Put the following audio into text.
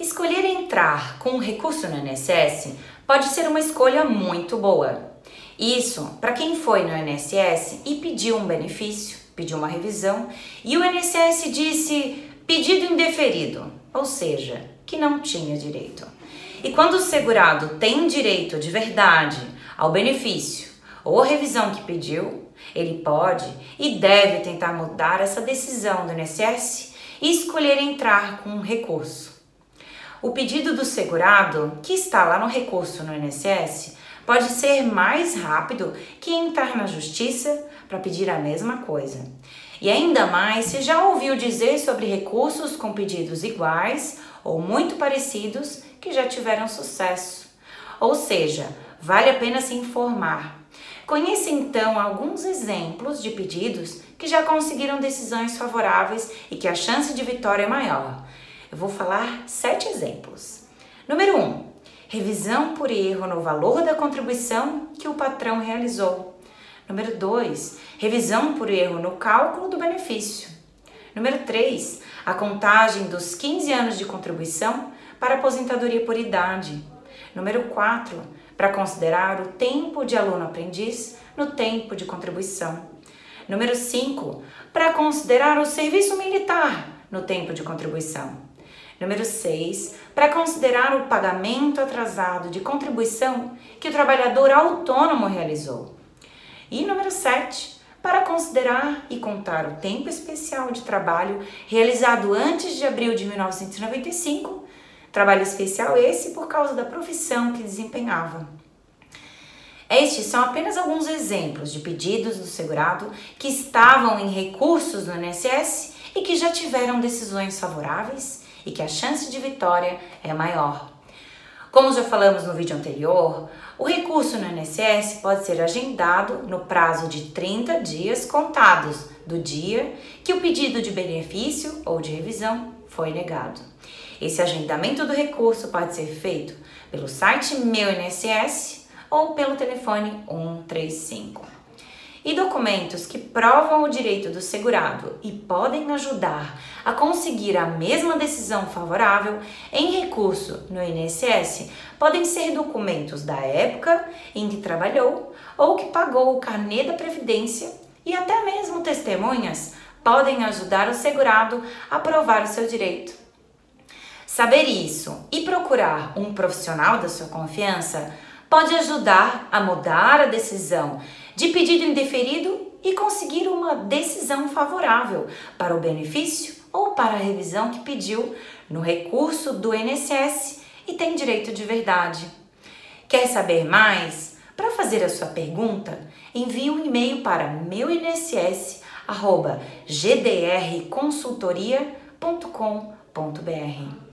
Escolher entrar com um recurso no INSS pode ser uma escolha muito boa. Isso para quem foi no INSS e pediu um benefício, pediu uma revisão, e o INSS disse pedido indeferido, ou seja, que não tinha direito. E quando o segurado tem direito de verdade ao benefício ou à revisão que pediu, ele pode e deve tentar mudar essa decisão do INSS e escolher entrar com um recurso. O pedido do segurado, que está lá no recurso no INSS, pode ser mais rápido que entrar na justiça para pedir a mesma coisa. E ainda mais se já ouviu dizer sobre recursos com pedidos iguais ou muito parecidos que já tiveram sucesso. Ou seja, vale a pena se informar. Conheça então alguns exemplos de pedidos que já conseguiram decisões favoráveis e que a chance de vitória é maior. Eu vou falar 7 exemplos. Número 1. Revisão por erro no valor da contribuição que o patrão realizou. Número 2. Revisão por erro no cálculo do benefício. Número 3. A contagem dos 15 anos de contribuição para aposentadoria por idade. Número 4. Para considerar o tempo de aluno-aprendiz no tempo de contribuição. Número 5. Para considerar o serviço militar no tempo de contribuição. Número 6, para considerar o pagamento atrasado de contribuição que o trabalhador autônomo realizou. E número 7, para considerar e contar o tempo especial de trabalho realizado antes de abril de 1995, trabalho especial esse por causa da profissão que desempenhava. Estes são apenas alguns exemplos de pedidos do segurado que estavam em recursos no INSS e que já tiveram decisões favoráveis e que a chance de vitória é maior. Como já falamos no vídeo anterior, o recurso no INSS pode ser agendado no prazo de 30 dias contados do dia que o pedido de benefício ou de revisão foi negado. Esse agendamento do recurso pode ser feito pelo site Meu INSS ou pelo telefone 135. E documentos que provam o direito do segurado e podem ajudar a conseguir a mesma decisão favorável em recurso no INSS podem ser documentos da época em que trabalhou ou que pagou o carnê da Previdência, e até mesmo testemunhas podem ajudar o segurado a provar o seu direito. Saber isso e procurar um profissional da sua confiança pode ajudar a mudar a decisão de pedido indeferido e conseguir uma decisão favorável para o benefício ou para a revisão que pediu no recurso do INSS e tem direito de verdade. Quer saber mais? Para fazer a sua pergunta, envie um e-mail para meuinss@gdrconsultoria.com.br.